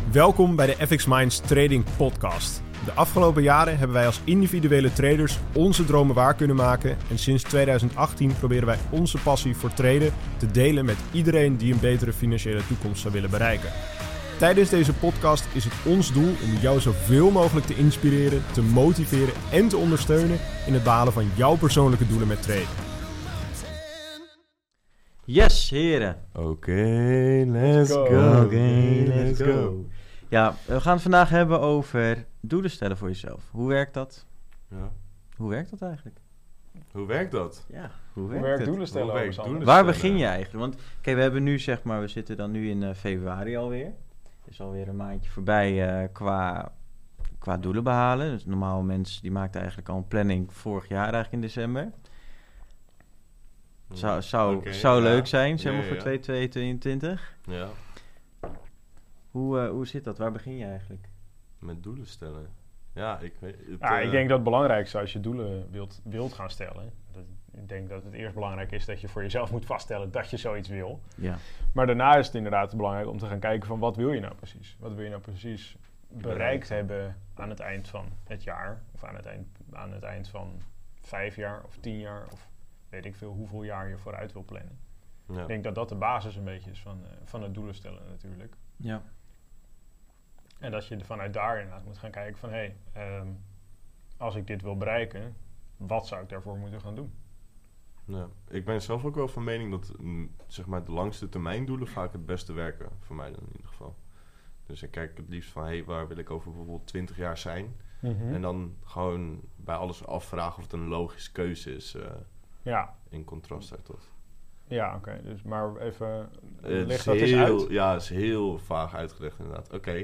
Welkom bij de FX Minds Trading Podcast. De afgelopen jaren hebben wij als individuele traders onze dromen waar kunnen maken en sinds 2018 proberen wij onze passie voor traden te delen met iedereen die een betere financiële toekomst zou willen bereiken. Tijdens deze podcast is het ons doel om jou zoveel mogelijk te inspireren, te motiveren en te ondersteunen in het behalen van jouw persoonlijke doelen met traden. Yes, heren. Oké, let's go. Ja, we gaan het vandaag hebben over doelen stellen voor jezelf. Hoe werkt dat? Ja. Hoe werkt dat eigenlijk? Hoe werkt dat? Ja, Hoe werkt doelen stellen? Hoe werkt doelen Waar stellen? begin je eigenlijk? Want kijk, we hebben nu we zitten dan nu in februari alweer. Het is alweer een maandje voorbij qua doelen behalen. Dus normaal mensen die maakten eigenlijk al een planning vorig jaar eigenlijk in december. Zou leuk zijn, zeg maar, voor 2022. Ja, Hoe zit dat? Waar begin je eigenlijk? met doelen stellen. Ja, ik weet het. Ik denk dat het belangrijkste is als je doelen wilt gaan stellen. Ik denk dat het eerst belangrijk is dat je voor jezelf moet vaststellen dat je zoiets wil. Ja. Maar daarna is het inderdaad belangrijk om te gaan kijken van wat wil je nou precies? Wat wil je nou precies bereikt hebben aan het eind van het jaar? Of aan het eind van 5 jaar of 10 jaar of weet ik veel hoeveel jaar je vooruit wil plannen. Ja. Ik denk dat dat de basis een beetje is van het doelen stellen natuurlijk. Ja. En dat je vanuit daar inderdaad moet gaan kijken van als ik dit wil bereiken, wat zou ik daarvoor moeten gaan doen? Ja. Ik ben zelf ook wel van mening dat zeg maar de langste termijn doelen vaak het beste werken. Voor mij dan in ieder geval. Dus ik kijk het liefst van waar wil ik over bijvoorbeeld 20 jaar zijn? Mm-hmm. En dan gewoon bij alles afvragen of het een logische keuze is in contrast daartot. Ja, oké. Dus maar even Het leg is dat eens uit. Ja, het is heel vaag uitgelegd inderdaad. Oké.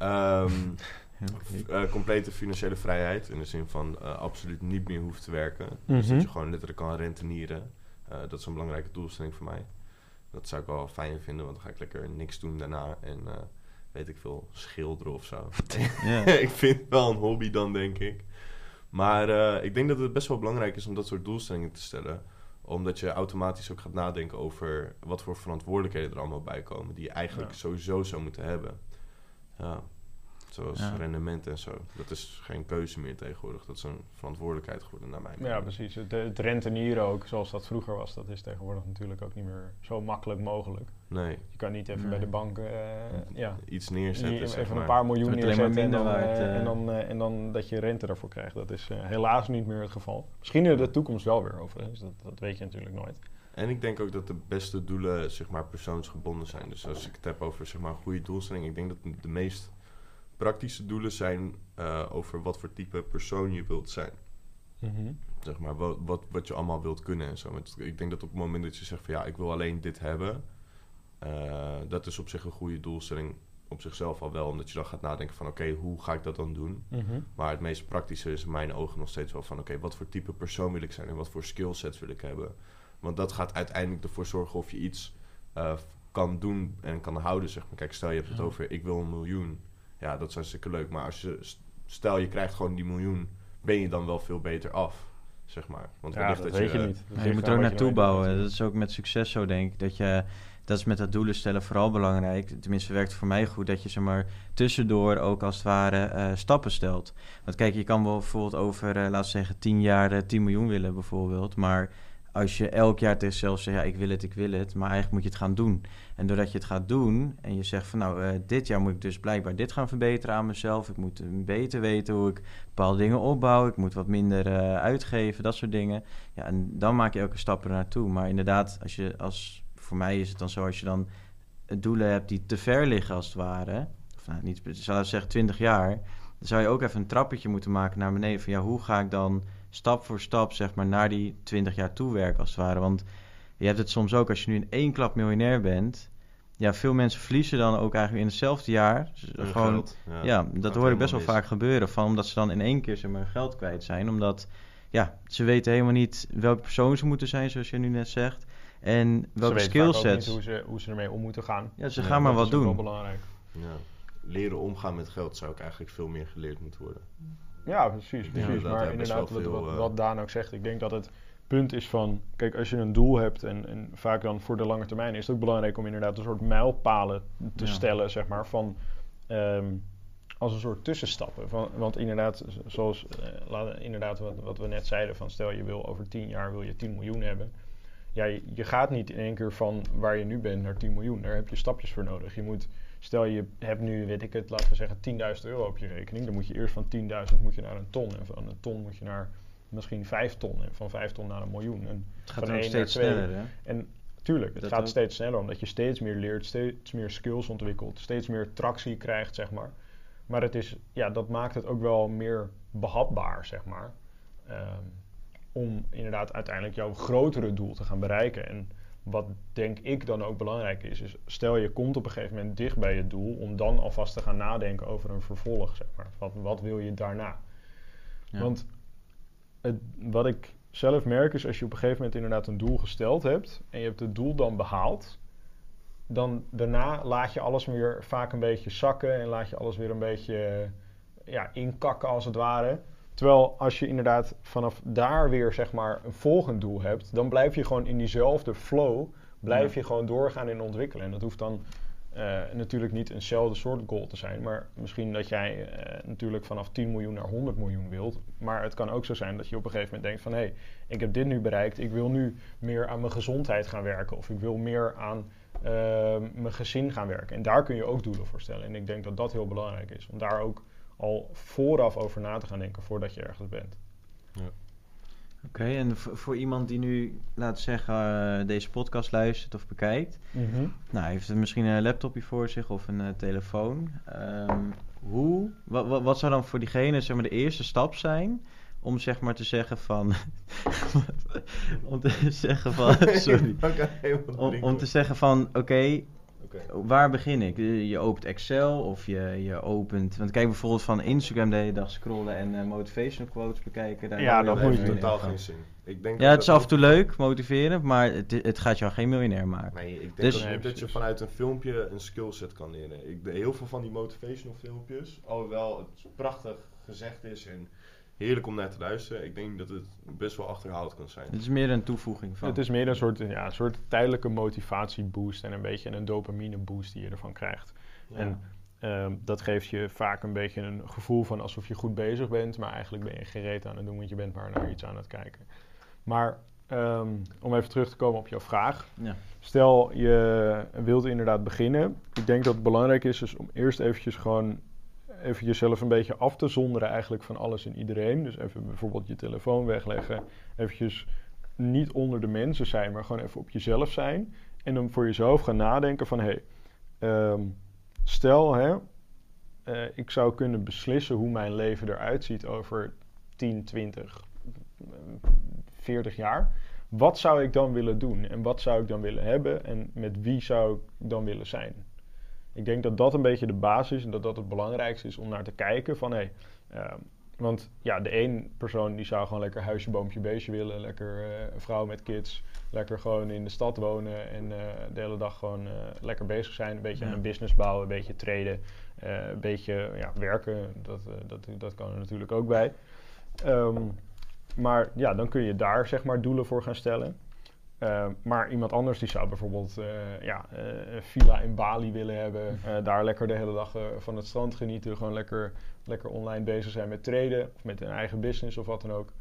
Complete financiële vrijheid. In de zin van absoluut niet meer hoeft te werken. Dus dat je gewoon letterlijk kan rentenieren. Dat is een belangrijke doelstelling voor mij. Dat zou ik wel fijn vinden, want dan ga ik lekker niks doen daarna. En weet ik veel, schilderen of zo. Ja. Ik vind het wel een hobby dan, denk ik. Maar ik denk dat het best wel belangrijk is om dat soort doelstellingen te stellen. Omdat je automatisch ook gaat nadenken over wat voor verantwoordelijkheden er allemaal bij komen. Die je eigenlijk sowieso zou moeten hebben. Ja. Zoals rendement en zo. Dat is geen keuze meer tegenwoordig. Dat is een verantwoordelijkheid geworden naar mijn mening. Ja, precies. Het rentenieren ook, zoals dat vroeger was, dat is tegenwoordig natuurlijk ook niet meer zo makkelijk mogelijk. Nee. Je kan niet even bij de bank Iets neerzetten, zeg even maar. een paar miljoen Het wordt alleen maar neerzetten minder waard, en dan dat je rente daarvoor krijgt. Dat is helaas niet meer het geval. Misschien in de toekomst wel weer overigens. Dat weet je natuurlijk nooit. En ik denk ook dat de beste doelen, zeg maar, persoonsgebonden zijn. Dus als ik het heb over, zeg maar, een goede doelstelling. Ik denk dat de meest praktische doelen zijn over wat voor type persoon je wilt zijn. Mm-hmm. Zeg maar, wat je allemaal wilt kunnen en zo. Ik denk dat op het moment dat je zegt van ik wil alleen dit hebben. Dat is op zich een goede doelstelling op zichzelf al wel. Omdat je dan gaat nadenken van hoe ga ik dat dan doen? Mm-hmm. Maar het meest praktische is in mijn ogen nog steeds wel van wat voor type persoon wil ik zijn en wat voor skillsets wil ik hebben. Want dat gaat uiteindelijk ervoor zorgen of je iets kan doen en kan houden, zeg maar. Kijk, stel je hebt het over ik wil 1 miljoen. Ja, dat is hartstikke leuk. Maar als stel je krijgt gewoon die miljoen, ben je dan wel veel beter af, zeg maar. Want wellicht dat weet je niet. Ja, je moet er ook naartoe bouwen. Dat is ook met succes zo, denk ik. Dat is met dat doelen stellen vooral belangrijk. Tenminste, werkt het voor mij goed dat je tussendoor ook als het ware stappen stelt. Want kijk, je kan wel bijvoorbeeld over, laten we zeggen, 10 jaar 10 miljoen willen bijvoorbeeld. Maar als je elk jaar tegen jezelf zegt, ik wil het, maar eigenlijk moet je het gaan doen. En doordat je het gaat doen en je zegt van dit jaar moet ik dus blijkbaar dit gaan verbeteren aan mezelf. Ik moet beter weten hoe ik bepaalde dingen opbouw. Ik moet wat minder uitgeven, dat soort dingen. Ja, en dan maak je elke stap er naartoe. Maar inderdaad, voor mij is het dan zo, als je dan doelen hebt die te ver liggen als het ware. Of niet, zou ik zeggen 20 jaar. Dan zou je ook even een trappetje moeten maken naar beneden. Van hoe ga ik dan stap voor stap, zeg maar, naar die 20 jaar toe werken als het ware. Want je hebt het soms ook, als je nu in 1 klap miljonair bent. Ja, veel mensen verliezen dan ook eigenlijk in hetzelfde jaar. Gewoon, geld, dat hoor ik best wel vaak gebeuren. Omdat ze dan in 1 keer, zeg maar, geld kwijt zijn. Omdat, ze weten helemaal niet welke persoon ze moeten zijn, zoals je nu net zegt. En welke skillsets. Hoe ze ermee om moeten gaan. Ja, ze gaan maar wat doen. Dat is wel belangrijk. Ja. Leren omgaan met geld zou ook eigenlijk veel meer geleerd moeten worden. Ja, precies. Maar inderdaad, wat Daan ook zegt, ik denk dat het punt is van, kijk, als je een doel hebt en vaak dan voor de lange termijn is het ook belangrijk om inderdaad een soort mijlpalen te stellen, zeg maar, van als een soort tussenstappen. Want inderdaad, zoals wat we net zeiden, van stel je wil over 10 jaar wil je 10 miljoen hebben. Ja, je gaat niet in één keer van waar je nu bent naar 10 miljoen. Daar heb je stapjes voor nodig. Stel je hebt nu, weet ik het, laten we zeggen €10.000 op je rekening. Dan moet je eerst van 10.000 moet je naar een ton. En van een ton moet je naar misschien 5 ton. En van 5 ton naar 1 miljoen. En Het gaat van ook 1 steeds naar 2. sneller, hè? En tuurlijk, het Dat gaat ook. steeds sneller. Omdat je steeds meer leert, steeds meer skills ontwikkelt. Steeds meer tractie krijgt, zeg maar. Maar dat maakt het ook wel meer behapbaar, zeg maar. Om inderdaad uiteindelijk jouw grotere doel te gaan bereiken. En wat denk ik dan ook belangrijk is stel je komt op een gegeven moment dicht bij je doel, om dan alvast te gaan nadenken over een vervolg, zeg maar. Wat wil je daarna? Ja. Want wat ik zelf merk is, als je op een gegeven moment inderdaad een doel gesteld hebt en je hebt het doel dan behaald, dan daarna laat je alles weer vaak een beetje zakken en laat je alles weer een beetje inkakken als het ware. Terwijl als je inderdaad vanaf daar weer zeg maar een volgend doel hebt, dan blijf je gewoon in diezelfde flow, je gewoon doorgaan en ontwikkelen. En dat hoeft dan natuurlijk niet eenzelfde soort goal te zijn, maar misschien dat jij natuurlijk vanaf 10 miljoen naar 100 miljoen wilt. Maar het kan ook zo zijn dat je op een gegeven moment denkt van hé, ik heb dit nu bereikt, ik wil nu meer aan mijn gezondheid gaan werken of ik wil meer aan mijn gezin gaan werken. En daar kun je ook doelen voor stellen. En ik denk dat dat heel belangrijk is, om daar ook al vooraf over na te gaan denken voordat je ergens bent. Ja. Oké, en voor iemand die nu, laten we zeggen, deze podcast luistert of bekijkt. Nou, heeft er misschien een laptopje voor zich of een telefoon. Wat zou dan voor diegene zeg maar de eerste stap zijn om zeg maar te zeggen van om te zeggen van sorry. Om te zeggen van oké, waar begin ik? Je opent Excel of je opent... Want kijk bijvoorbeeld van Instagram de hele dag scrollen en motivational quotes bekijken. Daar dat heeft moet je totaal geen zin. Ik denk het is af en toe leuk, motiverend, maar het gaat jou geen miljonair maken. Nee, ik denk Dus- ook niet dat je vanuit een filmpje een skillset kan leren. Heel veel van die motivational filmpjes, alhoewel het prachtig gezegd is en heerlijk om naar te luisteren, ik denk dat het best wel achterhaald kan zijn. Het is meer een toevoeging van. Het is meer een soort tijdelijke motivatieboost en een beetje een dopamine boost die je ervan krijgt. Ja. En dat geeft je vaak een beetje een gevoel van alsof je goed bezig bent, maar eigenlijk ben je geen reet aan het doen, want je bent maar naar iets aan het kijken. Maar om even terug te komen op jouw vraag. Ja. Stel je wilt inderdaad beginnen. Ik denk dat het belangrijk is om eerst eventjes gewoon even jezelf een beetje af te zonderen eigenlijk van alles en iedereen. Dus even bijvoorbeeld je telefoon wegleggen. Eventjes niet onder de mensen zijn, maar gewoon even op jezelf zijn. En dan voor jezelf gaan nadenken van stel ik zou kunnen beslissen hoe mijn leven eruit ziet over 10, 20, 40 jaar. Wat zou ik dan willen doen? En wat zou ik dan willen hebben? En met wie zou ik dan willen zijn? Ik denk dat dat een beetje de basis is en dat dat het belangrijkste is om naar te kijken van want de één persoon die zou gewoon lekker huisje, boompje, beestje willen. Lekker een vrouw met kids. Lekker gewoon in de stad wonen en de hele dag gewoon lekker bezig zijn. Een beetje aan een business bouwen, een beetje traden. Een beetje werken. Dat kan er natuurlijk ook bij. Maar dan kun je daar zeg maar doelen voor gaan stellen. Maar iemand anders die zou bijvoorbeeld een villa in Bali willen hebben. Daar lekker de hele dag van het strand genieten. Gewoon lekker online bezig zijn met traden. Of met een eigen business of wat dan ook.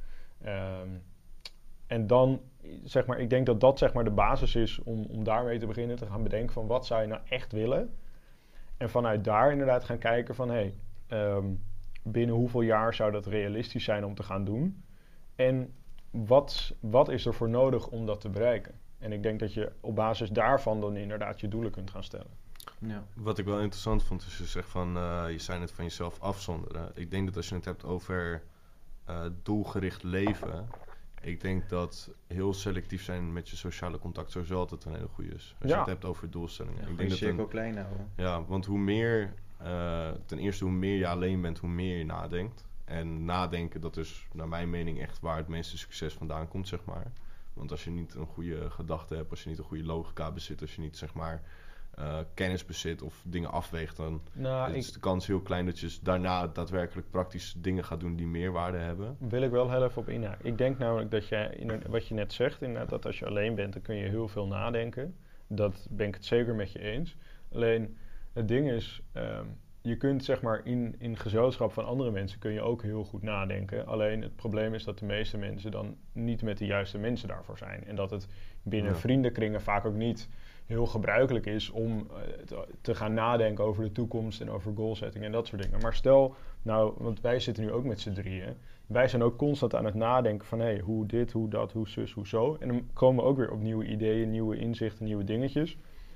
En dan, zeg maar, ik denk dat dat zeg maar de basis is om daarmee te beginnen. Te gaan bedenken van wat zou je nou echt willen. En vanuit daar inderdaad gaan kijken van binnen hoeveel jaar zou dat realistisch zijn om te gaan doen. En wat is er voor nodig om dat te bereiken? En ik denk dat je op basis daarvan dan inderdaad je doelen kunt gaan stellen. Ja. Wat ik wel interessant vond, is je zegt van je zei het van jezelf afzonderen. Ik denk dat als je het hebt over doelgericht leven, ik denk dat heel selectief zijn met je sociale contact sowieso altijd een hele goede is. Als je het hebt over doelstellingen. Ik denk dat cirkel klein houden. Ja, want hoe meer, ten eerste hoe meer je alleen bent, hoe meer je nadenkt. En nadenken, dat is naar mijn mening echt waar het meeste succes vandaan komt, zeg maar. Want als je niet een goede gedachte hebt, als je niet een goede logica bezit, als je niet, zeg maar, kennis bezit of dingen afweegt, dan is de kans heel klein dat je daarna daadwerkelijk praktisch dingen gaat doen die meerwaarde hebben. Wil ik wel heel even op inhaken. Ik denk namelijk dat wat je net zegt, inderdaad, dat als je alleen bent, dan kun je heel veel nadenken. Dat ben ik het zeker met je eens. Alleen, het ding is, je kunt zeg maar in gezelschap van andere mensen kun je ook heel goed nadenken. Alleen het probleem is dat de meeste mensen dan niet met de juiste mensen daarvoor zijn. En dat het binnen vriendenkringen vaak ook niet heel gebruikelijk is om te gaan nadenken over de toekomst en over goalsetting en dat soort dingen. Maar stel, nou, want wij zitten nu ook met z'n drieën. Wij zijn ook constant aan het nadenken van hoe dit, hoe dat, hoe zus, hoe zo. En dan komen we ook weer op nieuwe ideeën, nieuwe inzichten, nieuwe dingetjes.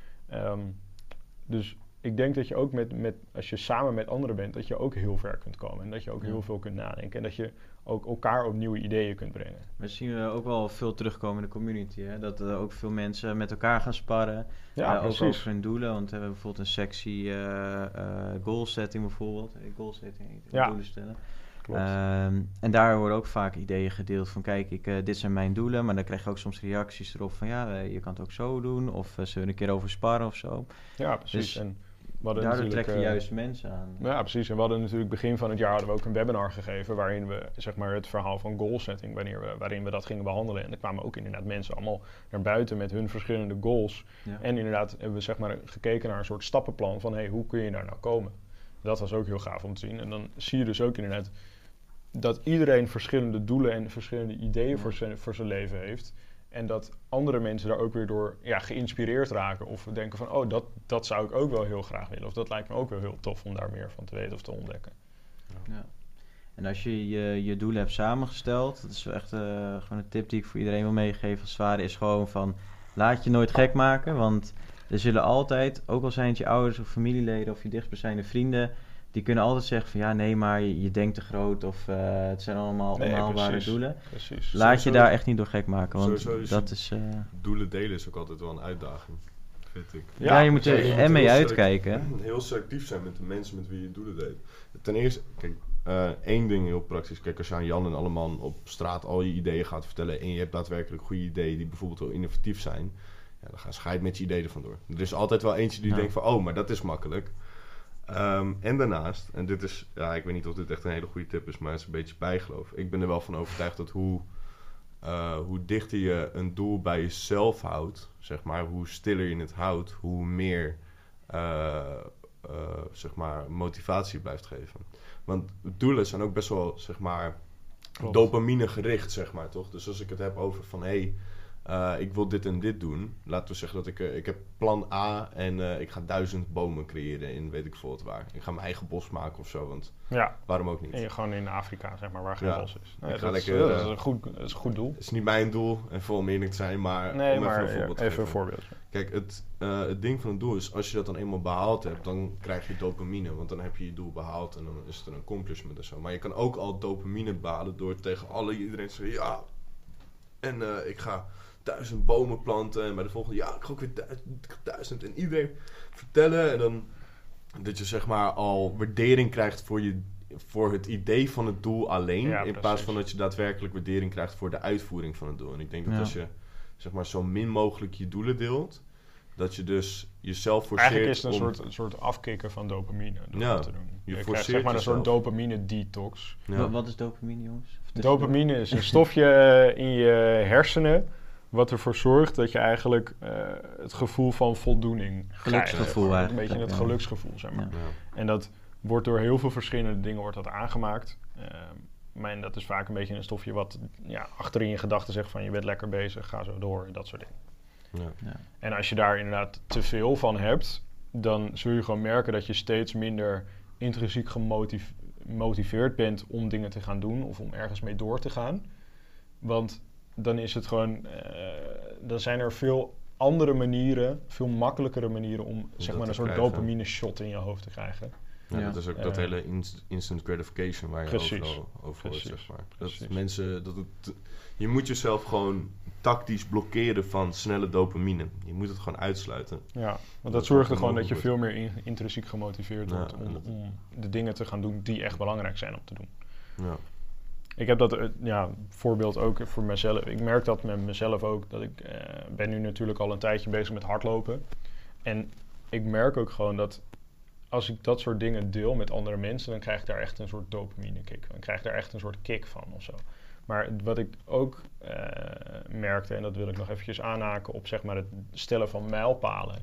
Dus ik denk dat je ook als je samen met anderen bent, dat je ook heel ver kunt komen. En dat je ook heel veel kunt nadenken. En dat je ook elkaar op nieuwe ideeën kunt brengen. We zien ook wel veel terugkomen in de community. Hè? Dat ook veel mensen met elkaar gaan sparren. Ja, ook over hun doelen. Want we hebben bijvoorbeeld een sectie goal setting bijvoorbeeld. Goal setting, doelen stellen. Klopt. En daar worden ook vaak ideeën gedeeld van kijk, dit zijn mijn doelen. Maar dan krijg je ook soms reacties erop van je kan het ook zo doen. Of zullen we een keer over sparren of zo. Ja, precies. Dus en daardoor trek je juist mensen aan. Ja, precies. En we hadden natuurlijk begin van het jaar hadden we ook een webinar gegeven waarin we zeg maar het verhaal van goalsetting, waarin we dat gingen behandelen. En er kwamen ook inderdaad mensen allemaal naar buiten met hun verschillende goals. Ja. En inderdaad hebben we zeg maar gekeken naar een soort stappenplan van hoe kun je daar nou komen. Dat was ook heel gaaf om te zien. En dan zie je dus ook inderdaad dat iedereen verschillende doelen en verschillende ideeën voor zijn leven heeft. En dat andere mensen daar ook weer door geïnspireerd raken. Of denken van, dat zou ik ook wel heel graag willen. Of dat lijkt me ook wel heel tof om daar meer van te weten of te ontdekken. Ja. En als je je doelen hebt samengesteld, dat is echt gewoon een tip die ik voor iedereen wil meegeven als het ware, is gewoon van, laat je nooit gek maken. Want er zullen altijd, ook al zijn het je ouders of familieleden of je dichtstbijzijnde vrienden, die kunnen altijd zeggen van nee, maar je denkt te groot of het zijn allemaal onhaalbare doelen. Precies. Laat je daar echt niet door gek maken, want dat is... doelen delen is ook altijd wel een uitdaging, vind ik. Ja, je moet er mee uitkijken. Heel selectief zijn met de mensen met wie je doelen deelt. Ten eerste, kijk, één ding heel praktisch. Kijk, als je aan Jan en Alleman op straat al je ideeën gaat vertellen en je hebt daadwerkelijk goede ideeën die bijvoorbeeld heel innovatief zijn, dan ga je met je ideeën ervan door. Er is altijd wel eentje die denkt van, maar dat is makkelijk. En daarnaast, en dit is, ik weet niet of dit echt een hele goede tip is, maar het is een beetje bijgeloof. Ik ben er wel van overtuigd dat hoe dichter je een doel bij jezelf houdt, zeg maar, hoe stiller je het houdt, hoe meer zeg maar, motivatie blijft geven. Want doelen zijn ook best wel, zeg maar, dopamine gericht, zeg maar, toch? Dus als ik het heb over van, ik wil dit en dit doen. Laten we zeggen dat ik heb plan A en ik ga 1000 bomen creëren in weet ik veel wat waar. Ik ga mijn eigen bos maken of zo, want waarom ook niet? En gewoon in Afrika, zeg maar, waar geen bos is. Dat is een goed doel. Het is niet mijn doel, en voor om eerlijk te zijn, maar... Nee, maar even een voorbeeld. Kijk, het ding van het doel is, als je dat dan eenmaal behaald hebt, dan krijg je dopamine, want dan heb je je doel behaald en dan is het een accomplishment en zo. Maar je kan ook al dopamine behalen door tegen iedereen te zeggen, en ik ga 1000 bomen planten en bij de volgende, ik ga ook weer 1000 en iedereen vertellen en dan dat je zeg maar al waardering krijgt voor het idee van het doel alleen, in plaats van dat je daadwerkelijk waardering krijgt voor de uitvoering van het doel. En ik denk dat als je zeg maar zo min mogelijk je doelen deelt, dat je dus jezelf forceert. Eigenlijk is het een soort afkicken van dopamine door dat te doen. Je krijgt zeg maar jezelf. een soort dopamine detox. Ja. Wat is dopamine, jongens? Dopamine is een stofje in je hersenen wat ervoor zorgt dat je eigenlijk het gevoel van voldoening geluksgevoel krijgt. Een beetje het geluksgevoel, zeg maar. Ja. En dat wordt door heel veel verschillende dingen aangemaakt. Maar dat is vaak een beetje een stofje wat achterin je gedachten zegt van je bent lekker bezig, ga zo door, dat soort dingen. Ja. En als je daar inderdaad te veel van hebt, dan zul je gewoon merken dat je steeds minder intrinsiek gemotiveerd bent om dingen te gaan doen of om ergens mee door te gaan. Want dan is het gewoon, dan zijn er veel andere manieren, veel makkelijkere manieren om zeg maar een soort dopamine shot in je hoofd te krijgen. Ja, dat is ook dat hele instant gratification waar je overal over hoort, zeg maar. Dat mensen, je moet jezelf gewoon tactisch blokkeren van snelle dopamine. Je moet het gewoon uitsluiten. Ja, want dat zorgt er gewoon dat je veel meer intrinsiek gemotiveerd wordt om de dingen te gaan doen die echt belangrijk zijn om te doen. Ja. Ik heb dat, voorbeeld ook voor mezelf. Ik merk dat met mezelf ook, dat ik ben nu natuurlijk al een tijdje bezig met hardlopen. En ik merk ook gewoon dat als ik dat soort dingen deel met andere mensen, dan krijg ik daar echt een soort dopamine kick. Dan krijg ik daar echt een soort kick van of zo. Maar wat ik ook merkte, en dat wil ik nog eventjes aanhaken op zeg maar het stellen van mijlpalen,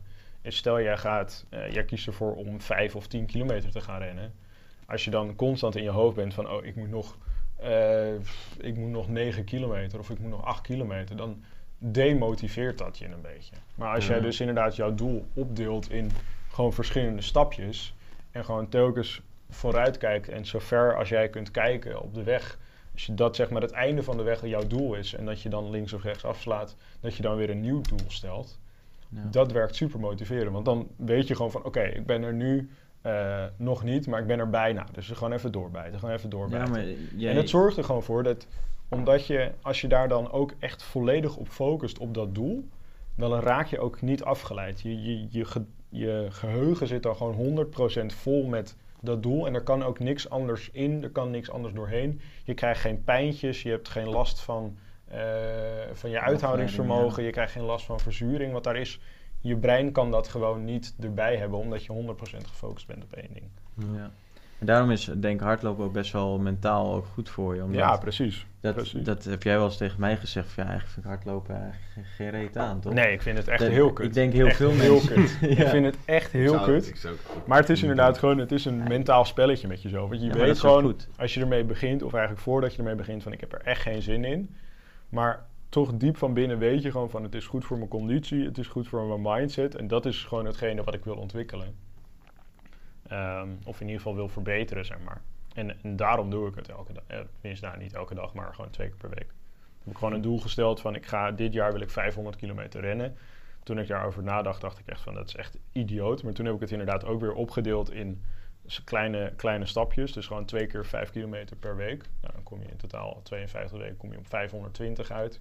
is stel jij kiest ervoor om 5 of 10 kilometer te gaan rennen. Als je dan constant in je hoofd bent van, ik moet nog 9 kilometer of ik moet nog 8 kilometer, dan demotiveert dat je een beetje. Maar als jij dus inderdaad jouw doel opdeelt in gewoon verschillende stapjes en gewoon telkens vooruit kijkt en zo ver als jij kunt kijken op de weg, als je dat zeg maar het einde van de weg jouw doel is en dat je dan links of rechts afslaat, dat je dan weer een nieuw doel stelt. Ja. Dat werkt super motiverend, want dan weet je gewoon van oké, ik ben er nu nog niet, maar ik ben er bijna. Dus gewoon even doorbijten, Ja, maar en het zorgt er gewoon voor dat, omdat je, als je daar dan ook echt volledig op focust op dat doel, dan raak je ook niet afgeleid. Je geheugen zit dan gewoon 100% vol met dat doel en er kan ook niks anders in, er kan niks anders doorheen. Je krijgt geen pijntjes, je hebt geen last van je uithoudingsvermogen, je krijgt geen last van verzuring, want daar is, je brein kan dat gewoon niet erbij hebben, omdat je 100% gefocust bent op één ding. Ja. En daarom is, denk ik, hardlopen ook best wel mentaal ook goed voor je. Ja, precies. Dat heb jij wel eens tegen mij gezegd. Van, eigenlijk vind ik hardlopen eigenlijk geen reet aan, toch? Nee, ik vind het echt heel kut. Ik denk heel veel mensen. Ik vind het echt heel kut. Maar het is inderdaad gewoon, het is een mentaal spelletje met jezelf. Want je weet gewoon, als je ermee begint, of eigenlijk voordat je ermee begint, van ik heb er echt geen zin in. Maar toch diep van binnen weet je gewoon van het is goed voor mijn conditie, het is goed voor mijn mindset. En dat is gewoon hetgene wat ik wil ontwikkelen. Of in ieder geval wil verbeteren, zeg maar. En daarom doe ik het elke dag. Tenminste, niet elke dag, maar gewoon 2 keer per week. Ik heb gewoon een doel gesteld van dit jaar wil ik 500 kilometer rennen. Toen ik daarover nadacht, dacht ik echt van dat is echt idioot. Maar toen heb ik het inderdaad ook weer opgedeeld in kleine stapjes. Dus gewoon 2 keer 5 kilometer per week. Nou, dan kom je in totaal 52 weken kom je op 520 uit.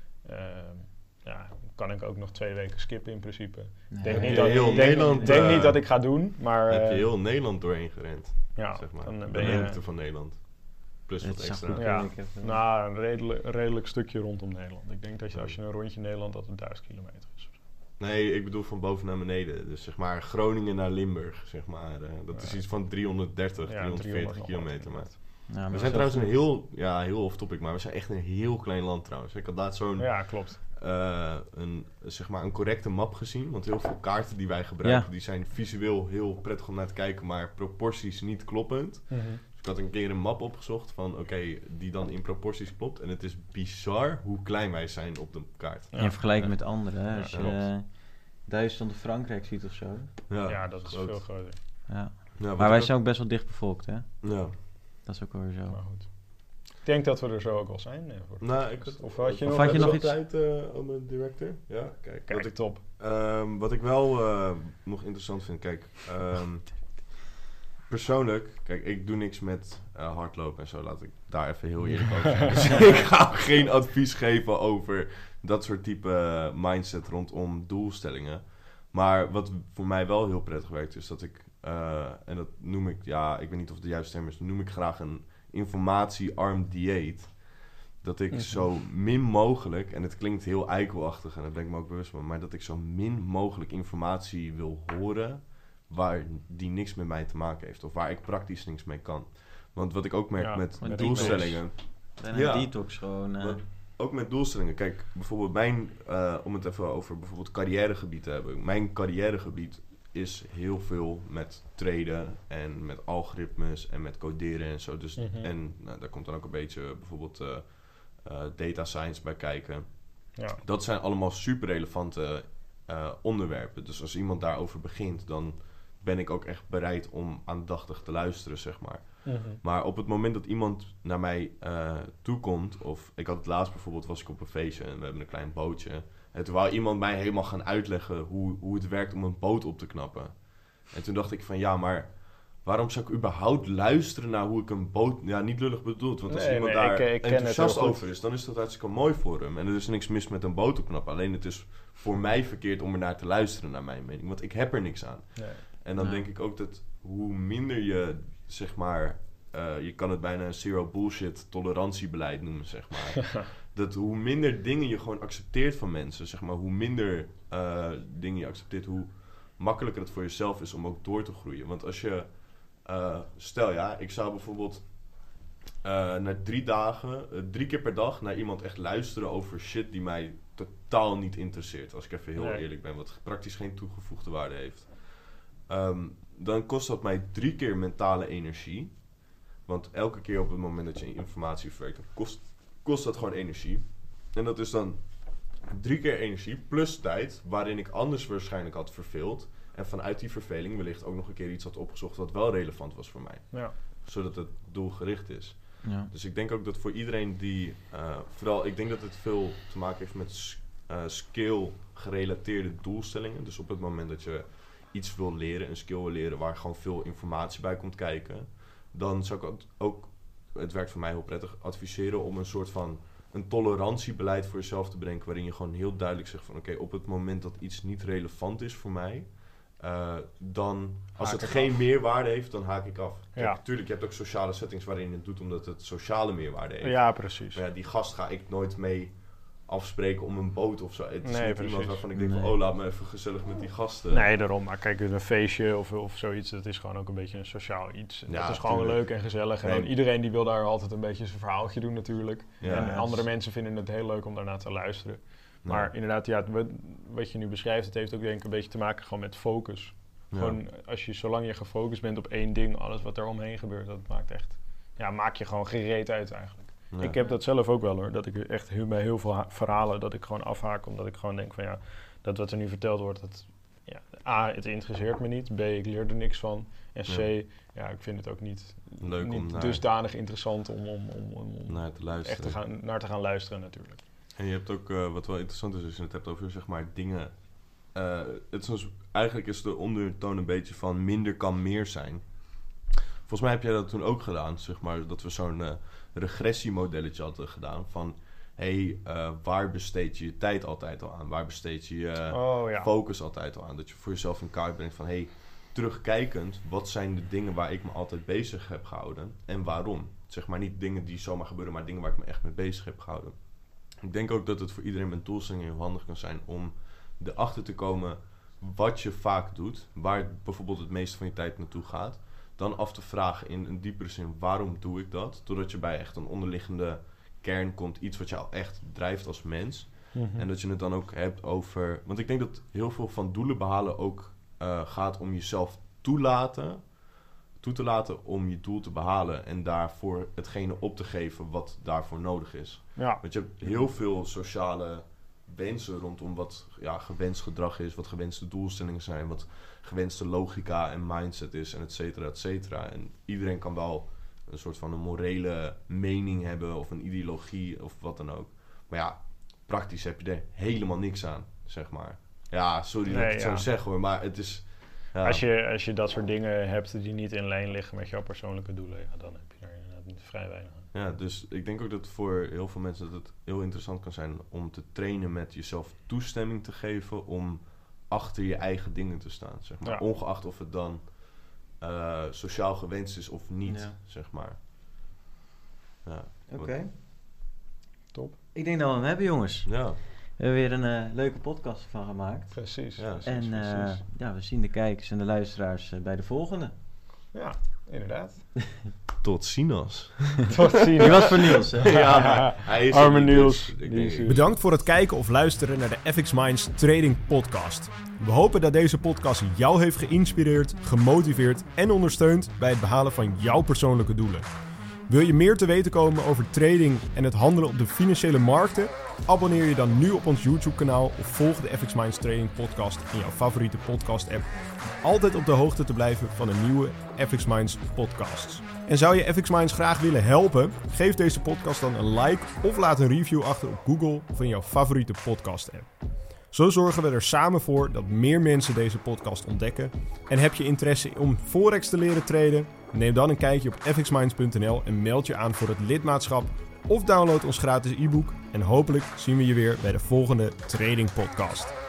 Kan ik ook nog 2 weken skippen in principe. Ik denk niet dat ik ga doen, maar heb je heel Nederland doorheen gerend. Ja, zeg maar. Dan ben je van Nederland. Plus wat extra. Een redelijk stukje rondom Nederland. Ik denk dat als je een rondje Nederland, dat het 1000 kilometer is. Nee, ik bedoel van boven naar beneden. Dus zeg maar Groningen naar Limburg, zeg maar. Dat is iets van 330, 340 kilometer. Maar we zijn trouwens heel off-topic, maar we zijn echt een heel klein land trouwens. Ik had laatst zo'n... Ja, klopt. Een correcte map gezien. Want heel veel kaarten die wij gebruiken, die zijn visueel heel prettig om naar te kijken, maar proporties niet kloppend. Mm-hmm. Dus ik had een keer een map opgezocht van die dan in proporties klopt. En het is bizar hoe klein wij zijn op de kaart. Ja. In vergelijking met anderen. Hè? Als je Duitsland of Frankrijk ziet of zo. Ja, dat is veel groter. Ja. Maar wij zijn ook best wel dicht bevolkt, hè? Ja. Dat is ook wel zo. Maar goed. Ik denk dat we er zo ook al zijn. Of had je nog iets uit om een director? Ja, kijk top. Wat ik wel nog interessant vind, persoonlijk, ik doe niks met hardlopen en zo, laat ik daar even heel eerlijk over zijn. Dus ik ga geen advies geven over dat soort type mindset rondom doelstellingen. Maar wat voor mij wel heel prettig werkt, is dat ik, en dat noem ik, ik weet niet of het de juiste term is, noem ik graag een informatiearm dieet. Dat ik zo min mogelijk, en het klinkt heel eikelachtig en daar ben ik me ook bewust van, maar dat ik zo min mogelijk informatie wil horen waar die niks met mij te maken heeft of waar ik praktisch niks mee kan. Want wat ik ook merk met doelstellingen... En een detox gewoon... Ook met doelstellingen. Kijk, bijvoorbeeld om het even over bijvoorbeeld carrièregebied te hebben. Mijn carrièregebied is heel veel met traden en met algoritmes en met coderen en zo. Dus, en daar komt dan ook een beetje bijvoorbeeld data science bij kijken. Ja. Dat zijn allemaal super relevante onderwerpen. Dus als iemand daarover begint, dan ben ik ook echt bereid om aandachtig te luisteren, zeg maar. Mm-hmm. Maar op het moment dat iemand naar mij toekomt, of ik had het laatst bijvoorbeeld, was ik op een feestje en we hebben een klein bootje. En toen wou iemand mij helemaal gaan uitleggen hoe het werkt om een boot op te knappen. En toen dacht ik van maar waarom zou ik überhaupt luisteren naar hoe ik een boot... Ja, niet lullig bedoeld, want als iemand daar enthousiast over is, dan is dat hartstikke mooi voor hem. En er is niks mis met een boot opknappen. Alleen het is voor mij verkeerd om er naar te luisteren, naar mijn mening. Want ik heb er niks aan. Nee. En dan denk ik ook dat hoe minder je, zeg maar... je kan het bijna een zero bullshit tolerantiebeleid noemen, zeg maar. Dat hoe minder dingen je gewoon accepteert van mensen, zeg maar, hoe minder dingen je accepteert, hoe makkelijker het voor jezelf is om ook door te groeien. Want als je, stel ik zou bijvoorbeeld na 3 dagen, 3 keer per dag naar iemand echt luisteren over shit die mij totaal niet interesseert. Als ik even heel Nee. eerlijk ben. Wat praktisch geen toegevoegde waarde heeft. Dan kost dat mij 3 keer mentale energie. Want elke keer op het moment dat je informatie verwerkt, kost dat gewoon energie. En dat is dan 3 keer energie plus tijd, waarin ik anders waarschijnlijk had verveeld. En vanuit die verveling wellicht ook nog een keer iets had opgezocht wat wel relevant was voor mij. Ja. Zodat het doelgericht is. Ja. Dus ik denk ook dat voor iedereen die... vooral, ik denk dat het veel te maken heeft met skill-gerelateerde doelstellingen. Dus op het moment dat je iets wil leren, een skill wil leren waar gewoon veel informatie bij komt kijken, dan zou ik ook, het werkt voor mij heel prettig, adviseren om een soort van een tolerantiebeleid voor jezelf te bedenken, waarin je gewoon heel duidelijk zegt van oké, op het moment dat iets niet relevant is voor mij, dan als Haak het ik geen af. meerwaarde heeft, dan haak ik af. Ja. Kijk, tuurlijk, je hebt ook sociale settings waarin je het doet omdat het sociale meerwaarde heeft. Ja, precies. Maar ja, die gast ga ik nooit mee afspreken om een boot of zo. Het is Nee, niet precies. iemand waarvan ik denk van, Nee. oh, laat me even gezellig met die gasten. Nee, daarom. Maar kijk, een feestje of zoiets, dat is gewoon ook een beetje een sociaal iets. En Ja, dat is gewoon tuurlijk. leuk en gezellig. En Nee. dan iedereen die wil daar altijd een beetje zijn verhaaltje doen natuurlijk. Ja, en ja, andere dus- mensen vinden het heel leuk om daarna te luisteren. Nee. Maar inderdaad, ja, wat je nu beschrijft, het heeft ook denk ik een beetje te maken gewoon met focus. Ja. Gewoon, zolang je gefocust bent op één ding, alles wat er omheen gebeurt, dat maakt echt, maak je gewoon gereed uit eigenlijk. Ja. Ik heb dat zelf ook wel hoor, dat ik echt bij heel veel verhalen, dat ik gewoon afhaak, omdat ik gewoon denk van ja, dat wat er nu verteld wordt, A, het interesseert me niet, B, ik leer er niks van, en C, Ja. ik vind het ook niet Leuk om naar- dusdanig interessant om naar te luisteren. echt naar te gaan luisteren natuurlijk. En je hebt ook, wat wel interessant is, als je het hebt over zeg maar dingen. Eigenlijk is de ondertoon een beetje van minder kan meer zijn. Volgens mij heb jij dat toen ook gedaan, zeg maar, dat we zo'n regressiemodelletje hadden gedaan van waar besteed je je tijd altijd al aan? Waar besteed je je focus altijd al aan? Dat je voor jezelf in kaart brengt van terugkijkend, wat zijn de dingen waar ik me altijd bezig heb gehouden en waarom? Zeg maar niet dingen die zomaar gebeuren, maar dingen waar ik me echt mee bezig heb gehouden. Ik denk ook dat het voor iedereen met doelstellingen heel handig kan zijn om erachter te komen wat je vaak doet, waar bijvoorbeeld het meeste van je tijd naartoe gaat, dan af te vragen in een diepere zin, waarom doe ik dat? Totdat je bij echt een onderliggende kern komt, iets wat jou echt drijft als mens. Mhm. En dat je het dan ook hebt over... Want ik denk dat heel veel van doelen behalen ook gaat om jezelf toe te laten om je doel te behalen en daarvoor hetgene op te geven wat daarvoor nodig is. Ja. Want je hebt heel veel sociale wensen rondom wat gewenst gedrag is, wat gewenste doelstellingen zijn, wat gewenste logica en mindset is en et cetera, et cetera. En iedereen kan wel een soort van een morele mening hebben of een ideologie of wat dan ook. Maar ja, praktisch heb je er helemaal niks aan, zeg maar. Ja, sorry dat ik het zo zeg hoor, maar het is... Ja. Als je dat soort dingen hebt die niet in lijn liggen met jouw persoonlijke doelen, dan heb je er inderdaad vrij weinig aan. Ja, dus ik denk ook dat voor heel veel mensen dat het heel interessant kan zijn om te trainen met jezelf toestemming te geven om achter je eigen dingen te staan, zeg maar. Ja. Ongeacht of het dan sociaal gewenst is of niet, zeg maar. Ja. Oké. Top. Ik denk dat we hem hebben, jongens. Ja. We hebben weer een leuke podcast van gemaakt. Precies. Ja. precies, En precies. we zien de kijkers en de luisteraars bij de volgende. Ja, inderdaad. Tot ziens. Tot ziens. Die was voor Niels, hè? Ja, hij is Arme er niet, Niels. dus ik Die denk- is- Bedankt voor het kijken of luisteren naar de FX Minds Trading Podcast. We hopen dat deze podcast jou heeft geïnspireerd, gemotiveerd en ondersteund bij het behalen van jouw persoonlijke doelen. Wil je meer te weten komen over trading en het handelen op de financiële markten? Abonneer je dan nu op ons YouTube-kanaal of volg de FX Minds Trading Podcast in jouw favoriete podcast-app. Om altijd op de hoogte te blijven van de nieuwe FX Minds podcasts. En zou je FX Minds graag willen helpen? Geef deze podcast dan een like of laat een review achter op Google of in jouw favoriete podcast-app. Zo zorgen we er samen voor dat meer mensen deze podcast ontdekken. En heb je interesse om Forex te leren traden? Neem dan een kijkje op fxminds.nl en meld je aan voor het lidmaatschap. Of download ons gratis e-book. En hopelijk zien we je weer bij de volgende Trading Podcast.